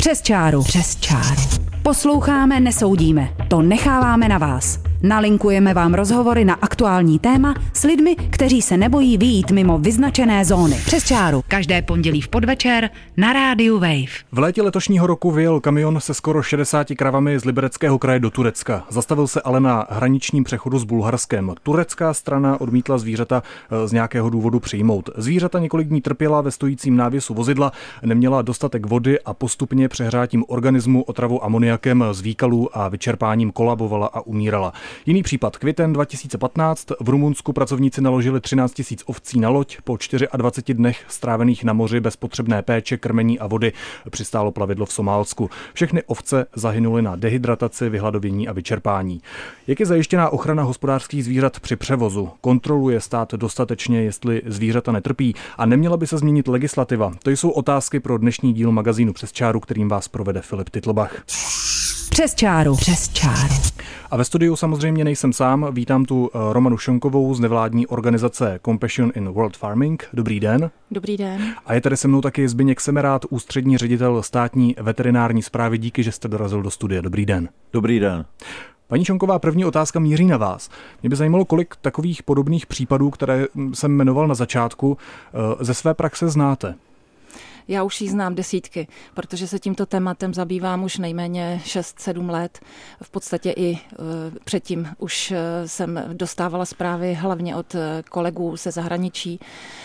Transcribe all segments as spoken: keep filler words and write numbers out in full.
Přes čáru. Přes čáru. Posloucháme, nesoudíme. To necháváme na vás. Nalinkujeme vám rozhovory na aktuální téma s lidmi, kteří se nebojí vyjít mimo vyznačené zóny. Přes čáru. Každé pondělí v podvečer na rádiu Wave. V létě letošního roku vyjel kamion se skoro šedesáti kravami z Libereckého kraje do Turecka. Zastavil se ale na hraničním přechodu s Bulharskem. Turecká strana odmítla zvířata z nějakého důvodu přijmout. Zvířata několik dní trpěla ve stojícím návěsu vozidla, neměla dostatek vody a postupně přehrátím organismu, otravou amoniakem z výkalů a vyčerpáním kolabovala a umírala. Jiný případ. Květen dva tisíce patnáct. V Rumunsku pracovníci naložili třináct tisíc ovcí na loď. Po dvaceti čtyřech dnech strávených na moři bez potřebné péče, krmení a vody přistálo plavidlo v Somálsku. Všechny ovce zahynuly na dehydrataci, vyhladovění a vyčerpání. Jak je zajištěná ochrana hospodářských zvířat při převozu? Kontroluje stát dostatečně, jestli zvířata netrpí? A neměla by se změnit legislativa? To jsou otázky pro dnešní díl magazínu Přes čáru, kterým vás provede Filip Titlbach. Přes čáru. Přes čáru. A ve studiu samozřejmě nejsem sám, vítám tu Romanu Šonkovou z nevládní organizace Compassion in World Farming. Dobrý den. Dobrý den. A je tady se mnou taky Zbyněk Semerád, ústřední ředitel státní veterinární správy. Díky, že jste dorazil do studia. Dobrý den. Dobrý den. Paní Šonková, první otázka míří na vás. Mě by zajímalo, kolik takových podobných případů, které jsem jmenoval na začátku, ze své praxe znáte. Já už jí znám desítky, protože se tímto tématem zabývám už nejméně šest sedm let. V podstatě i e, předtím už jsem dostávala zprávy hlavně od kolegů ze zahraničí.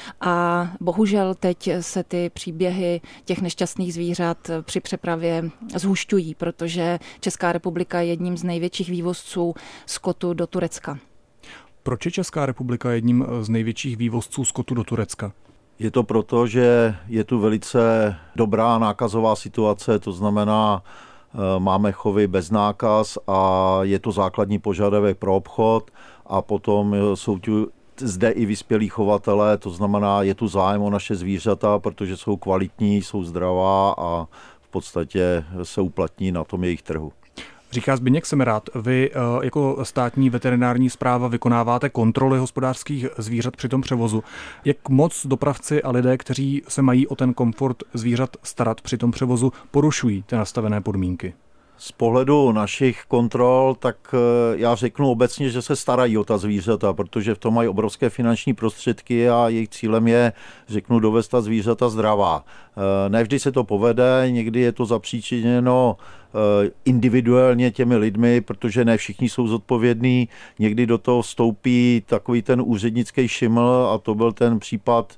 A bohužel teď se ty příběhy těch nešťastných zvířat při přepravě zhušťují, protože Česká republika je jedním z největších vývozců skotu do Turecka. Proč je Česká republika jedním z největších vývozců skotu do Turecka? Je to proto, že je tu velice dobrá nákazová situace, to znamená, máme chovy bez nákaz a je to základní požadavek pro obchod a potom jsou tu zde i vyspělí chovatelé, to znamená, je tu zájem o naše zvířata, protože jsou kvalitní, jsou zdravá a v podstatě se uplatní na tom jejich trhu. Říká Zbyněk Semerád, vy jako státní veterinární správa vykonáváte kontroly hospodářských zvířat při tom převozu. Jak moc dopravci a lidé, kteří se mají o ten komfort zvířat starat při tom převozu, porušují ty nastavené podmínky? Z pohledu našich kontrol, tak já řeknu obecně, že se starají o ta zvířata, protože v tom mají obrovské finanční prostředky a jejich cílem je, řeknu, dovést ta zvířata zdravá. Ne vždy se to povede, někdy je to zapříčiněno individuálně těmi lidmi, protože ne všichni jsou zodpovědní, někdy do toho vstoupí takový ten úřednický šiml a to byl ten případ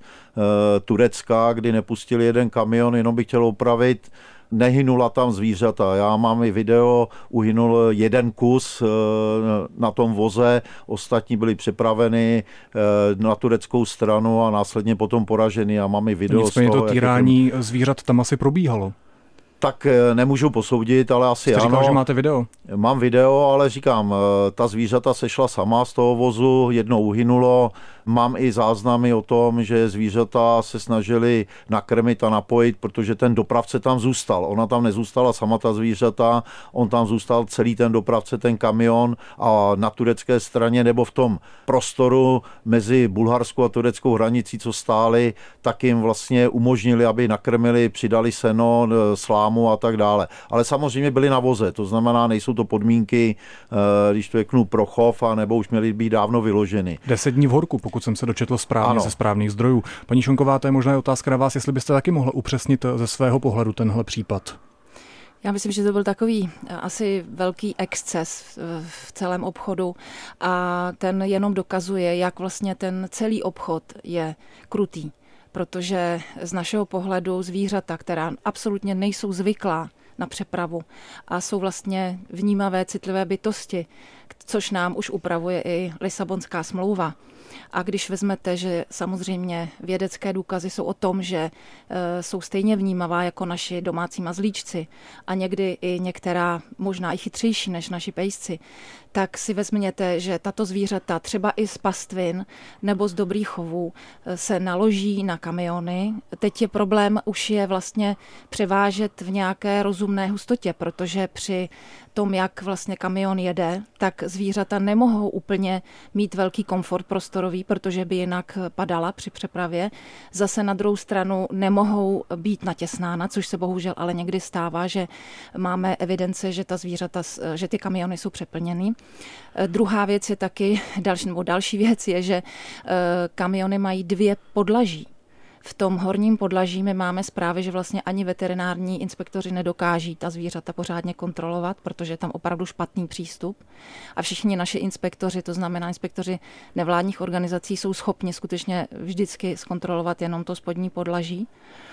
Turecka, kdy nepustili jeden kamion, jenom by chtěl opravit, nehynula tam zvířata. Já mám i video, uhynul jeden kus na tom voze, ostatní byli přepraveny na tureckou stranu a následně potom poraženy a mám i video. Nicméně z toho, to týrání jak... zvířat tam asi probíhalo. Tak nemůžu posoudit, ale asi Jste ano. říkal, že máte video? Mám video, ale říkám, ta zvířata sešla sama z toho vozu, jedno uhynulo. Mám i záznamy o tom, že zvířata se snažili nakrmit a napojit, protože ten dopravce tam zůstal. Ona tam nezůstala sama ta zvířata, on tam zůstal celý ten dopravce, ten kamion a na turecké straně nebo v tom prostoru mezi bulharskou a tureckou hranicí, co stáli, tak jim vlastně umožnili, aby nakrmili, přidali seno, slámu a tak dále. Ale samozřejmě byli na voze, to znamená, nejsou to podmínky, když to řeknu, pro chov, a nebo už měly být dávno vyloženy. Deset dní v horku, pokud jsem se dočetl správně ano. Ze správných zdrojů. Paní Šonková, to je možná otázka na vás, jestli byste taky mohla upřesnit ze svého pohledu tenhle případ. Já myslím, že to byl takový asi velký exces v celém obchodu a ten jenom dokazuje, jak vlastně ten celý obchod je krutý, protože z našeho pohledu zvířata, která absolutně nejsou zvyklá na přepravu a jsou vlastně vnímavé, citlivé bytosti, což nám už upravuje i Lisabonská smlouva. A když vezmete, že samozřejmě vědecké důkazy jsou o tom, že e, jsou stejně vnímavá jako naši domácí mazlíčci a někdy i některá možná i chytřejší než naši pejsci, tak si vezměte, že tato zvířata třeba i z pastvin nebo z dobrých chovů se naloží na kamiony. Teď je problém už je vlastně převážet v nějaké rozumné hustotě, protože při tom, jak vlastně kamion jede, tak zvířata nemohou úplně mít velký komfort prostorový, protože by jinak padala při přepravě. Zase na druhou stranu nemohou být natěsnána, což se bohužel ale někdy stává, že máme evidence, že ta zvířata, že ty kamiony jsou přeplněny. Druhá věc je taky, další, nebo další věc je, že kamiony mají dvě podlaží. V tom horním podlaží my máme zprávy, že vlastně ani veterinární inspektoři nedokáží ta zvířata pořádně kontrolovat, protože je tam opravdu špatný přístup. A všichni naši inspektoři, to znamená inspektoři nevládních organizací, jsou schopni skutečně vždycky zkontrolovat jenom to spodní podlaží.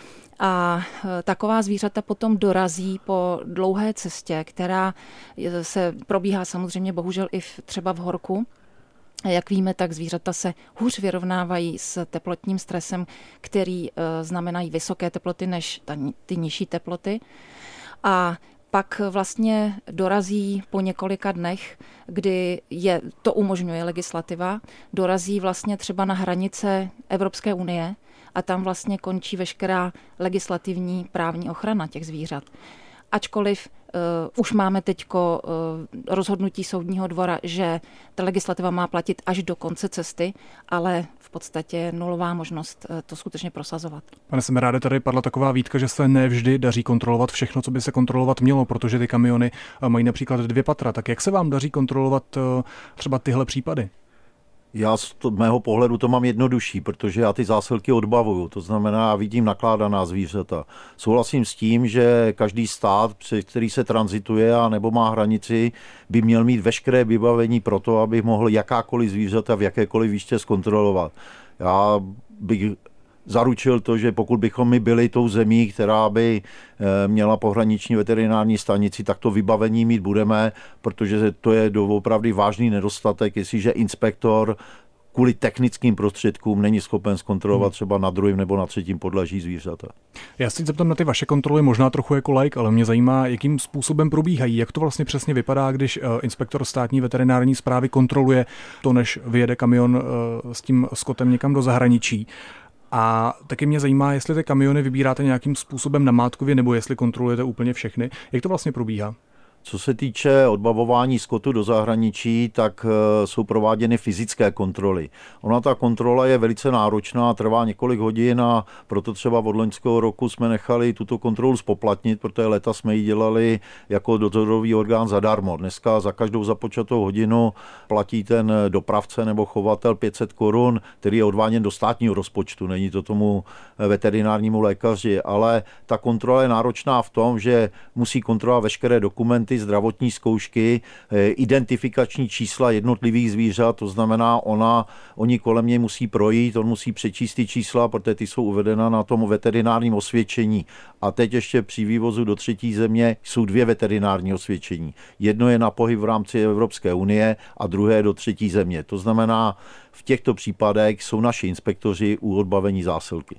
A taková zvířata potom dorazí po dlouhé cestě, která se probíhá samozřejmě bohužel i v, třeba v horku. Jak víme, tak zvířata se hůř vyrovnávají s teplotním stresem, který e, znamenají vysoké teploty než ta, ty nižší teploty. A pak vlastně dorazí po několika dnech, kdy je, to umožňuje legislativa, dorazí vlastně třeba na hranice Evropské unie a tam vlastně končí veškerá legislativní právní ochrana těch zvířat. Ačkoliv Uh, už máme teďko uh, rozhodnutí soudního dvora, že ta legislativa má platit až do konce cesty, ale v podstatě je nulová možnost uh, to skutečně prosazovat. Pane Semeráde, tady padla taková výtka, že se nevždy daří kontrolovat všechno, co by se kontrolovat mělo, protože ty kamiony mají například dvě patra. Tak jak se vám daří kontrolovat uh, třeba tyhle případy? Já z mého pohledu to mám jednodušší, protože já ty zásilky odbavuju, to znamená, já vidím nakládaná zvířata. Souhlasím s tím, že každý stát, přes který se tranzituje a nebo má hranici, by měl mít veškeré vybavení pro to, aby mohl jakákoliv zvířata v jakékoliv výšce zkontrolovat. Já bych zaručil to, že pokud bychom my byli tou zemí, která by měla pohraniční veterinární stanici, tak to vybavení mít budeme, protože to je doopravdy vážný nedostatek, jestliže inspektor kvůli technickým prostředkům není schopen zkontrolovat třeba na druhém nebo na třetím podlaží zvířata. Já si zeptám na ty vaše kontroly, možná trochu jako laik, ale mě zajímá, jakým způsobem probíhají, jak to vlastně přesně vypadá, když inspektor státní veterinární správy kontroluje to, než vyjede kamion s tím skotem někam do zahraničí. A taky mě zajímá, jestli ty kamiony vybíráte nějakým způsobem namátkově, nebo jestli kontrolujete úplně všechny. Jak to vlastně probíhá? Co se týče odbavování skotu do zahraničí, tak jsou prováděny fyzické kontroly. Ona ta kontrola je velice náročná, trvá několik hodin a proto třeba od loňského roku jsme nechali tuto kontrolu spoplatnit, protože leta jsme ji dělali jako dozorový orgán zadarmo. Dneska za každou započatou hodinu platí ten dopravce nebo chovatel pět set korun, který je odváděn do státního rozpočtu. Není to tomu veterinárnímu lékaři, ale ta kontrola je náročná v tom, že musí kontrolovat veškeré dokumenty, zdravotní zkoušky, identifikační čísla jednotlivých zvířat, to znamená, ona, oni kolem něj musí projít, on musí přečíst ty čísla, protože ty jsou uvedena na tom veterinárním osvědčení. A teď ještě při vývozu do třetí země jsou dvě veterinární osvědčení. Jedno je na pohyb v rámci Evropské unie a druhé do třetí země. To znamená, v těchto případech jsou naši inspektoři u odbavení zásilky.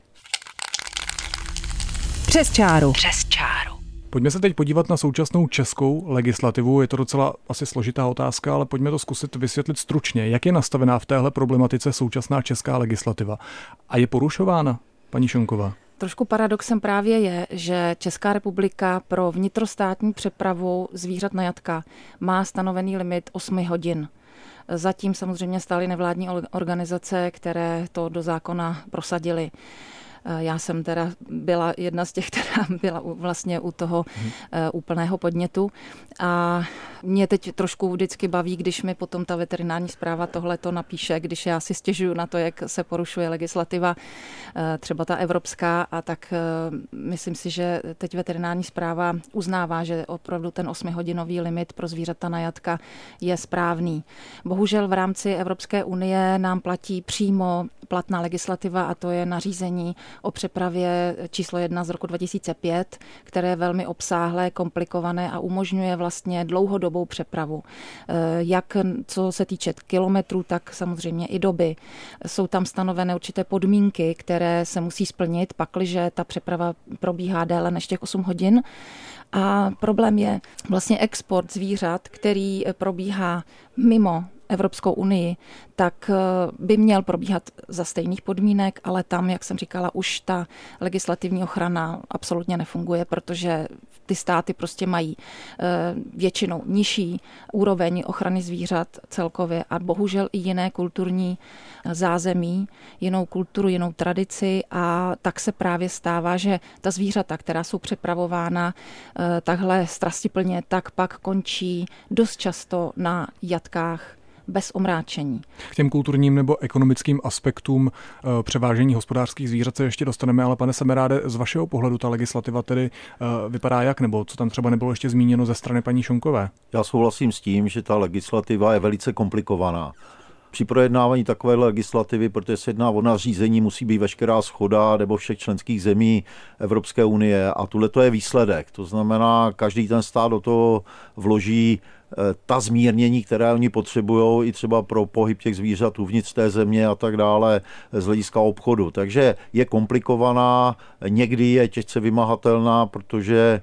Přes čáru. Přes čáru. Pojďme se teď podívat na současnou českou legislativu. Je to docela asi složitá otázka, ale pojďme to zkusit vysvětlit stručně. Jak je nastavená v téhle problematice současná česká legislativa? A je porušována, paní Šonková? Trošku paradoxem právě je, že Česká republika pro vnitrostátní přepravu zvířat na jatka má stanovený limit osm hodin. Zatím samozřejmě stály nevládní organizace, které to do zákona prosadily. Já jsem teda byla jedna z těch, která byla vlastně u toho hmm. úplného podnětu a mě teď trošku vždycky baví, když mi potom ta veterinární správa tohleto napíše, když já si stěžuju na to, jak se porušuje legislativa, třeba ta evropská, a tak myslím si, že teď veterinární správa uznává, že opravdu ten osmihodinový limit pro zvířata na jatka je správný. Bohužel v rámci Evropské unie nám platí přímo platná legislativa a to je nařízení o přepravě číslo jedna z roku dva tisíce pět, které je velmi obsáhlé, komplikované a umožňuje vlastně dlouhodobou přepravu. Jak co se týče kilometrů, tak samozřejmě i doby. Jsou tam stanovené určité podmínky, které se musí splnit, pakliže ta přeprava probíhá déle než těch osm hodin. A problém je vlastně export zvířat, který probíhá mimo Evropskou unii, tak by měl probíhat za stejných podmínek, ale tam, jak jsem říkala, už ta legislativní ochrana absolutně nefunguje, protože ty státy prostě mají většinou nižší úroveň ochrany zvířat celkově a bohužel i jiné kulturní zázemí, jinou kulturu, jinou tradici a tak se právě stává, že ta zvířata, která jsou přepravována takhle strastiplně, tak pak končí dost často na jatkách bez omráčení. K těm kulturním nebo ekonomickým aspektům e, převážení hospodářských zvířat se ještě dostaneme, ale pane Semeráde, z vašeho pohledu ta legislativa tedy e, vypadá jak, nebo co tam třeba nebylo ještě zmíněno ze strany paní Šonkové? Já souhlasím s tím, že ta legislativa je velice komplikovaná. Při projednávání takové legislativy, protože se jedná o nařízení, musí být veškerá shoda nebo všech členských zemí Evropské unie a tuhle to je výsledek. To znamená, každý ten stát do toho vloží ta zmírnění, které oni potřebují i třeba pro pohyb těch zvířat uvnitř té země a tak dále z hlediska obchodu. Takže je komplikovaná, někdy je těžce vymahatelná, protože e,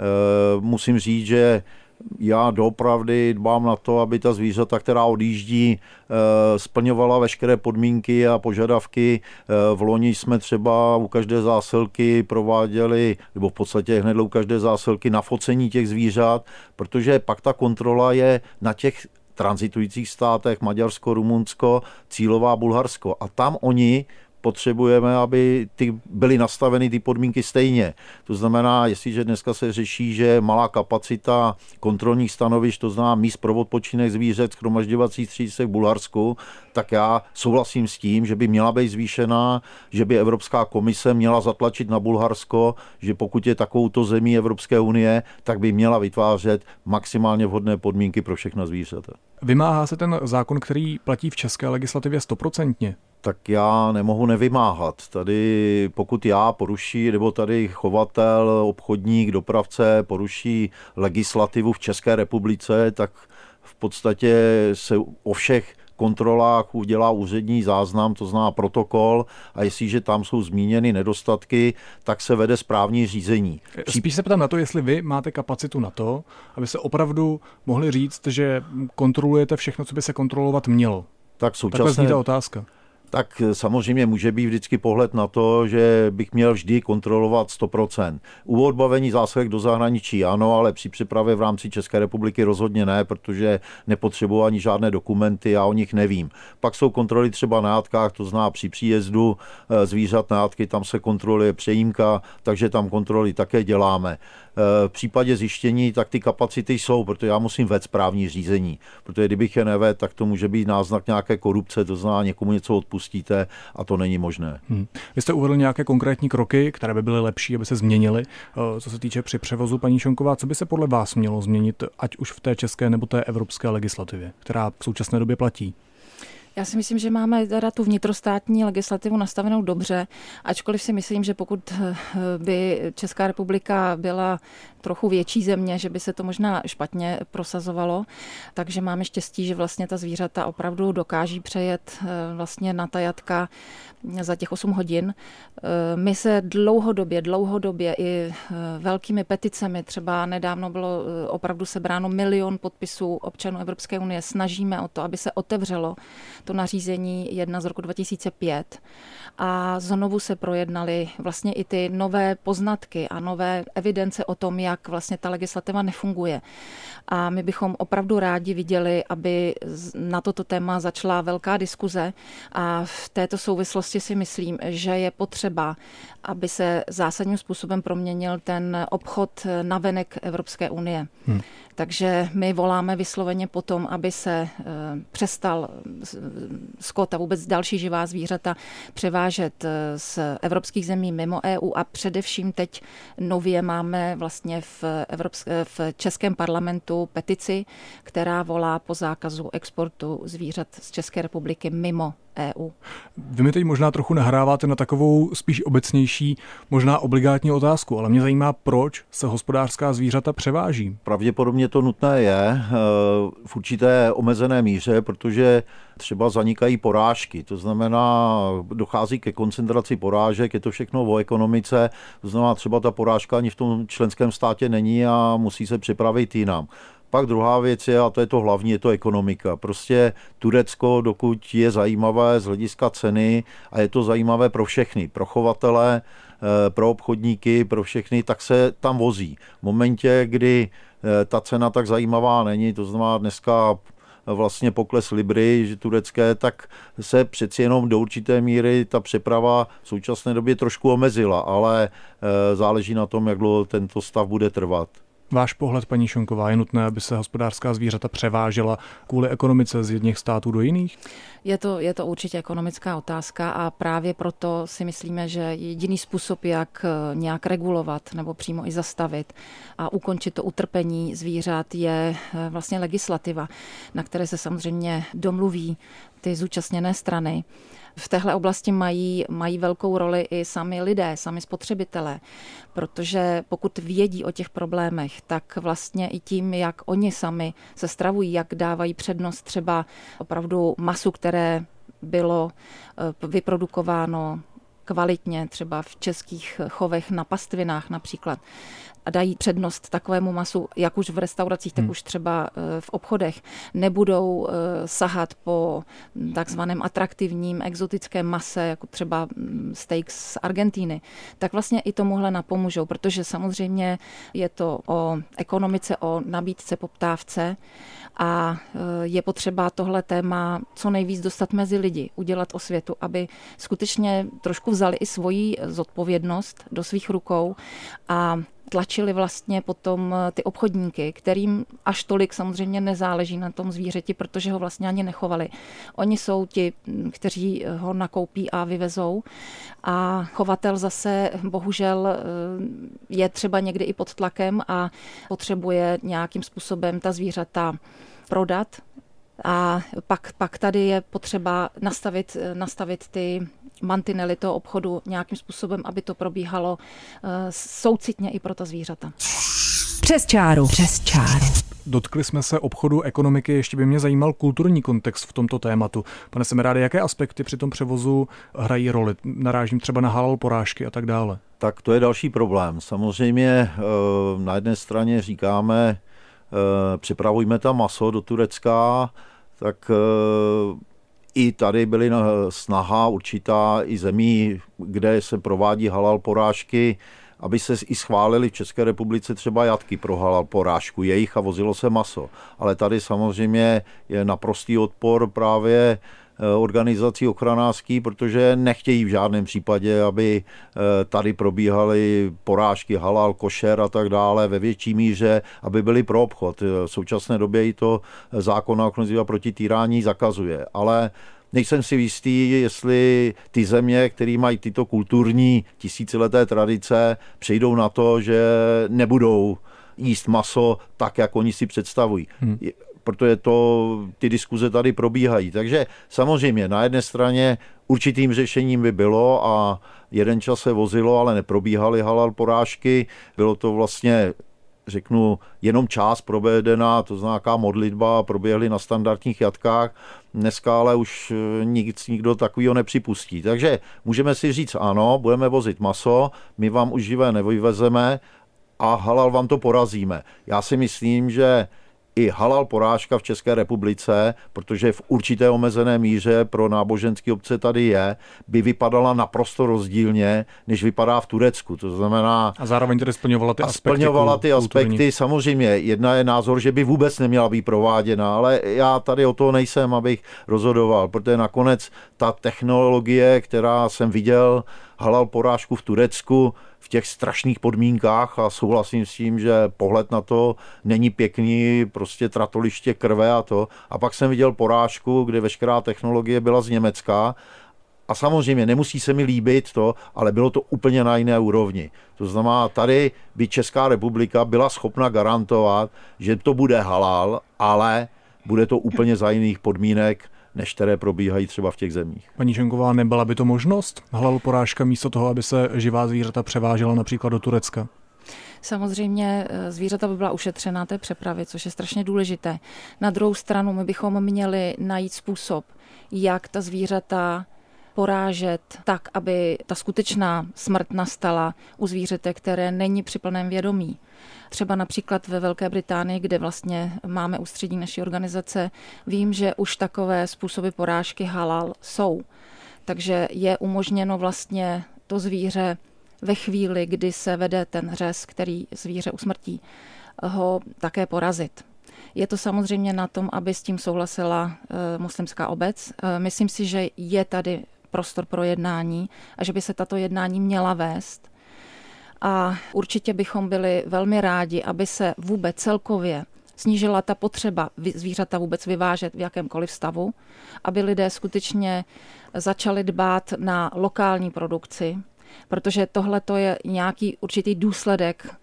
musím říct, že já doopravdy dbám na to, aby ta zvířata, která odjíždí, splňovala veškeré podmínky a požadavky. V loni jsme třeba u každé zásilky prováděli, nebo v podstatě hned u každé zásilky nafocení těch zvířat, protože pak ta kontrola je na těch tranzitujících státech, Maďarsko, Rumunsko, cílová Bulharsko. A tam oni potřebujeme, aby ty byly nastaveny ty podmínky stejně. To znamená, jestliže dneska se řeší, že malá kapacita kontrolních stanovišť, to znamená míst pro odpočinek zvířat, shromažďovacích středisek v Bulharsku, tak já souhlasím s tím, že by měla být zvýšená, že by Evropská komise měla zatlačit na Bulharsko, že pokud je takovouto zemí Evropské unie, tak by měla vytvářet maximálně vhodné podmínky pro všechna zvířata. Vymáhá se ten zákon, který platí v české legislativě stoprocentně? Tak já nemohu nevymáhat. Tady pokud já poruší, nebo tady chovatel, obchodník, dopravce poruší legislativu v České republice, tak v podstatě se o všech kontrolách udělá úřední záznam, to znamená protokol, a jestliže tam jsou zmíněny nedostatky, tak se vede správní řízení. Spíš se ptám na to, jestli vy máte kapacitu na to, aby se opravdu mohli říct, že kontrolujete všechno, co by se kontrolovat mělo. Tak současně... Takhle zní ta otázka. Tak samozřejmě může být vždycky pohled na to, že bych měl vždy kontrolovat sto procent. U odbavení zásilek do zahraničí ano, ale při přepravě v rámci České republiky rozhodně ne, protože nepotřebuji ani žádné dokumenty, já o nich nevím. Pak jsou kontroly třeba na jatkách, to znamená při příjezdu zvířat na jatky, tam se kontroluje přejímka, takže tam kontroly také děláme. V případě zjištění, tak ty kapacity jsou, protože já musím vést správní řízení, protože kdybych je nevedl, tak to může být náznak nějaké korupce, to znamená někomu něco odpustíte a to není možné. Hmm. Vy jste uvedl nějaké konkrétní kroky, které by byly lepší, aby se změnily, co se týče při převozu, paní Šonková, co by se podle vás mělo změnit, ať už v té české nebo té evropské legislativě, která v současné době platí? Já si myslím, že máme teda tu vnitrostátní legislativu nastavenou dobře, ačkoliv si myslím, že pokud by Česká republika byla trochu větší země, že by se to možná špatně prosazovalo, takže máme štěstí, že vlastně ta zvířata opravdu dokáží přejet vlastně na ta jatka za těch osm hodin. My se dlouhodobě, dlouhodobě i velkými peticemi, třeba nedávno bylo opravdu sebráno milion podpisů občanů Evropské unie, snažíme o to, aby se otevřelo to nařízení jedna z roku dva tisíce pět a znovu se projednaly vlastně i ty nové poznatky a nové evidence o tom, jak vlastně ta legislativa nefunguje. A my bychom opravdu rádi viděli, aby na toto téma začala velká diskuze a v této souvislosti si myslím, že je potřeba, aby se zásadním způsobem proměnil ten obchod navenek Evropské unie. Hmm. Takže my voláme vysloveně potom, aby se přestal skot a vůbec další živá zvířata převážet z evropských zemí mimo E U a především teď nově máme vlastně v, Evropské, v Českém parlamentu petici, která volá po zákazu exportu zvířat z České republiky mimo E U. Vy mi teď možná trochu nahráváte na takovou spíš obecnější, možná obligátní otázku, ale mě zajímá, proč se hospodářská zvířata převáží. Pravděpodobně to nutné je v určité omezené míře, protože třeba zanikají porážky, to znamená, dochází ke koncentraci porážek, je to všechno o ekonomice, to znamená, třeba ta porážka ani v tom členském státě není a musí se připravit jinam. pak druhá věc je, a to je to hlavní, je to ekonomika. Prostě Turecko, dokud je zajímavé z hlediska ceny a je to zajímavé pro všechny, pro chovatele, pro obchodníky, pro všechny, tak se tam vozí. V momentě, kdy ta cena tak zajímavá není, to znamená dneska vlastně pokles libry že turecké, tak se přeci jenom do určité míry ta přeprava v současné době trošku omezila, ale záleží na tom, jak dlouho tento stav bude trvat. Váš pohled, paní Šonková, je nutné, aby se hospodářská zvířata převážela kvůli ekonomice z jedných států do jiných? Je to, je to určitě ekonomická otázka a právě proto si myslíme, že jediný způsob, jak nějak regulovat nebo přímo i zastavit a ukončit to utrpení zvířat, je vlastně legislativa, na které se samozřejmě domluví ty zúčastněné strany. V téhle oblasti mají, mají velkou roli i sami lidé, sami spotřebitelé, protože pokud vědí o těch problémech, tak vlastně i tím, jak oni sami se stravují, jak dávají přednost třeba opravdu masu, které bylo vyprodukováno kvalitně, třeba v českých chovech na pastvinách například, a dají přednost takovému masu, jak už v restauracích, tak hmm. už třeba v obchodech, nebudou sahat po takzvaném atraktivním exotickém mase, jako třeba steak z Argentíny, tak vlastně i tomuhle napomůžou, protože samozřejmě je to o ekonomice, o nabídce, poptávce a je potřeba tohle téma co nejvíc dostat mezi lidi, udělat osvětu, aby skutečně trošku vzali i svoji zodpovědnost do svých rukou a tlačili vlastně potom ty obchodníky, kterým až tolik samozřejmě nezáleží na tom zvířeti, protože ho vlastně ani nechovali. Oni jsou ti, kteří ho nakoupí a vyvezou a chovatel zase bohužel je třeba někdy i pod tlakem a potřebuje nějakým způsobem ta zvířata prodat. A pak, pak tady je potřeba nastavit, nastavit ty mantinely toho obchodu nějakým způsobem, aby to probíhalo uh, soucitně i pro ta zvířata. Přes čáru. Přes čáru. Dotkli jsme se obchodu, ekonomiky, ještě by mě zajímal kulturní kontext v tomto tématu. Pane Semeráde, jaké aspekty při tom převozu hrají roli? Narážím třeba na halal porážky a tak dále. Tak to je další problém. Samozřejmě na jedné straně říkáme, připravujme tam maso do Turecka, tak i tady byly snaha určitá i zemí, kde se provádí halal porážky, aby se i schválili v České republice třeba jatky pro halal porážku jejich a vozilo se maso. Ale tady samozřejmě je naprostý odpor právě organizací ochranářský, protože nechtějí v žádném případě, aby tady probíhaly porážky halal, košer a tak dále ve větší míře, aby byly pro obchod. V současné době i to zákon na ochranu proti týrání zakazuje. Ale nejsem si jistý, jestli ty země, které mají tyto kulturní tisícileté tradice, přejdou na to, že nebudou jíst maso tak, jak oni si představují. Hmm. Protože to, ty diskuze tady probíhají. Takže samozřejmě na jedné straně určitým řešením by bylo a jeden čas se vozilo, ale neprobíhaly halal porážky. Bylo to vlastně, řeknu, jenom část provedená, to znamená modlitba, proběhly na standardních jatkách. Dneska ale už nic, nikdo takovýho nepřipustí. Takže můžeme si říct ano, budeme vozit maso, my vám už živé nevyvezeme a halal vám to porazíme. Já si myslím, že i halal porážka v České republice, protože v určité omezené míře pro náboženské obce tady je, by vypadala naprosto rozdílně, než vypadá v Turecku. To znamená... A zároveň tedy splňovala ty aspekty. Splňovala ty aspekty. Samozřejmě jedna je názor, že by vůbec neměla být prováděna, ale já tady o to nejsem, abych rozhodoval, protože nakonec ta technologie, která jsem viděl, halal porážku v Turecku, v těch strašných podmínkách a souhlasím s tím, že pohled na to není pěkný, prostě tratoliště krve a to. A pak jsem viděl porážku, kde veškerá technologie byla z Německa a samozřejmě nemusí se mi líbit to, ale bylo to úplně na jiné úrovni. To znamená, tady by Česká republika byla schopna garantovat, že to bude halal, ale bude to úplně za jiných podmínek, než které probíhají třeba v těch zemích. Paní Šonková, nebyla by to možnost? Halal porážka místo toho, aby se živá zvířata převážela například do Turecka? Samozřejmě zvířata by byla ušetřená té přepravy, což je strašně důležité. Na druhou stranu my bychom měli najít způsob, jak ta zvířata porážet tak, aby ta skutečná smrt nastala u zvířete, které není při plném vědomí. Třeba například ve Velké Británii, kde vlastně máme ústředí naší organizace, vím, že už takové způsoby porážky halal jsou. Takže je umožněno vlastně to zvíře ve chvíli, kdy se vede ten řez, který zvíře usmrtí, ho také porazit. Je to samozřejmě na tom, aby s tím souhlasila e, muslimská obec. E, myslím si, že je tady prostor pro jednání a že by se tato jednání měla vést. A určitě bychom byli velmi rádi, aby se vůbec celkově snížila ta potřeba zvířata vůbec vyvážet v jakémkoliv stavu, aby lidé skutečně začali dbát na lokální produkci, protože tohle to je nějaký určitý důsledek,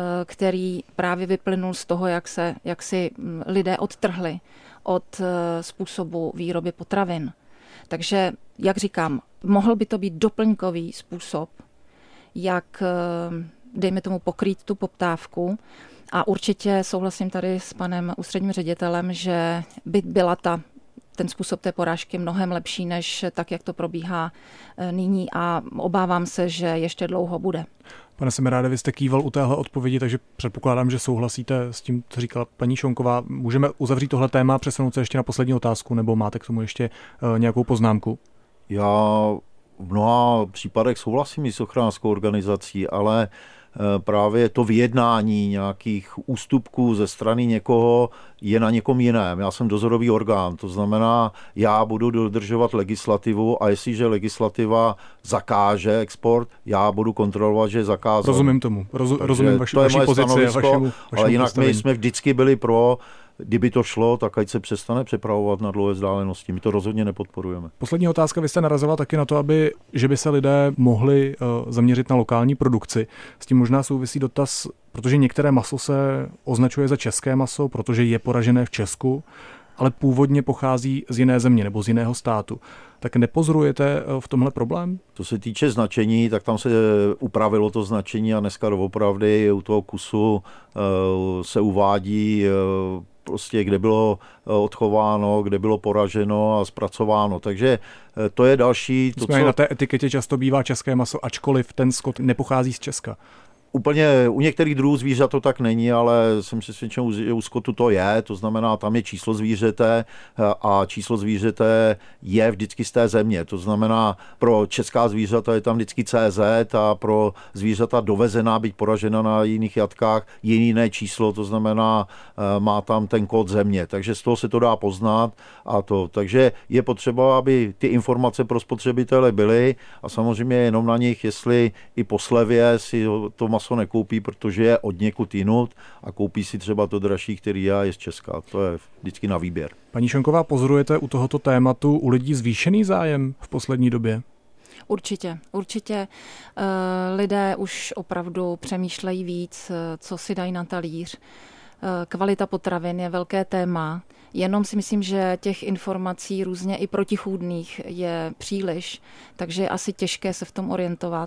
který právě vyplynul z toho, jak se jak si lidé odtrhli od způsobu výroby potravin. Takže, jak říkám, mohl by to být doplňkový způsob, jak, dejme tomu, pokrýt tu poptávku. A určitě souhlasím tady s panem ústředním ředitelem, že by byla ta, ten způsob té porážky mnohem lepší, než tak, jak to probíhá nyní a obávám se, že ještě dlouho bude. Pane Semeráde, vy jste kýval u téhle odpovědi, takže předpokládám, že souhlasíte s tím, co říkala paní Šonková. Můžeme uzavřít tohle téma, přesunout se ještě na poslední otázku, nebo máte k tomu ještě nějakou poznámku? Já v mnoha případech souhlasím i s ochranářskou organizací, ale právě to vyjednání nějakých ústupků ze strany někoho je na někom jiném. Já jsem dozorový orgán, to znamená, já budu dodržovat legislativu a jestliže legislativa zakáže export, já budu kontrolovat, že je zakázán. Rozumím tomu, Roz, rozumím vaši, vaši pozici a vašemu, vašemu ale jinak postavení. My jsme vždycky byli pro, kdyby to šlo, tak ať se přestane přepravovat na dlouhé vzdálenosti. My to rozhodně nepodporujeme. Poslední otázka, vy jste narazoval taky na to, aby, že by se lidé mohli uh, zaměřit na lokální produkci. S tím možná souvisí dotaz, protože některé maso se označuje za české maso, protože je poražené v Česku, ale původně pochází z jiné země nebo z jiného státu. Tak nepozorujete v tomhle problém? Co se týče značení, tak tam se upravilo to značení a dneska doopravdy u toho kusu uh, se uvádí uh, prostě, kde bylo odchováno, kde bylo poraženo a zpracováno. Takže to je další... To, co... Na té etiketě často bývá české maso, ačkoliv ten skot nepochází z Česka. Úplně u některých druhů zvířat to tak není, ale jsem přesvědčen, že u skotu to je, to znamená, tam je číslo zvířete a číslo zvířete je vždycky z té země. To znamená, pro česká zvířata je tam vždycky C Z a pro zvířata dovezená, byť poražena na jiných jatkách, jiné číslo, to znamená, má tam ten kód země. Takže z toho se to dá poznat a to. Takže je potřeba, aby ty informace pro spotřebitele byly a samozřejmě jenom na nich, jestli i po slevě si to maso nekoupí, protože je od někud jinut a koupí si třeba to dražší, který je z Česka. To je vždycky na výběr. Paní Šonková, pozorujete u tohoto tématu u lidí zvýšený zájem v poslední době? Určitě, určitě. Lidé už opravdu přemýšlejí víc, co si dají na talíř. Kvalita potravin je velké téma. Jenom si myslím, že těch informací různě i protichůdných je příliš, takže je asi těžké se v tom orientovat.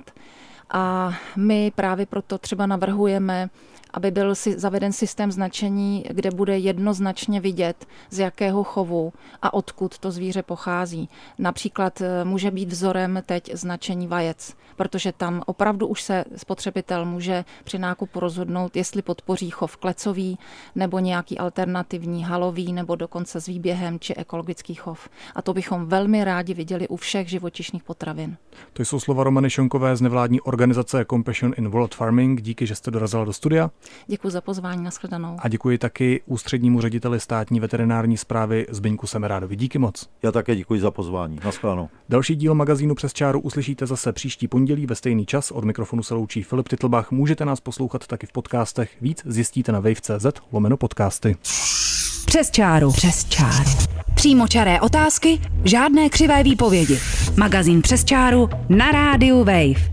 A my právě proto třeba navrhujeme, aby byl si zaveden systém značení, kde bude jednoznačně vidět, z jakého chovu a odkud to zvíře pochází. Například může být vzorem teď značení vajec, protože tam opravdu už se spotřebitel může při nákupu rozhodnout, jestli podpoří chov klecový nebo nějaký alternativní halový nebo dokonce s výběhem či ekologický chov. A to bychom velmi rádi viděli u všech živočišných potravin. To jsou slova Romany Šonkové z nevládní organizace Compassion in World Farming. Díky, že jste dorazila do studia. Děkuji za pozvání, nashledanou. A děkuji taky ústřednímu řediteli státní veterinární správy Zbyňku Semerádovi. Díky moc. Já také děkuji za pozvání. Nashledanou. Další díl magazínu Přes čáru uslyšíte zase příští pondělí ve stejný čas. Od mikrofonu se loučí Filip Titlbach. Můžete nás poslouchat taky v podcastech. Víc zjistíte na wave tečka cé zet lomeno podcasty. Přes čáru. Přes čáru. Přímočaré otázky, žádné křivé výpovědi. Magazín Přes čáru na rádiu Wave.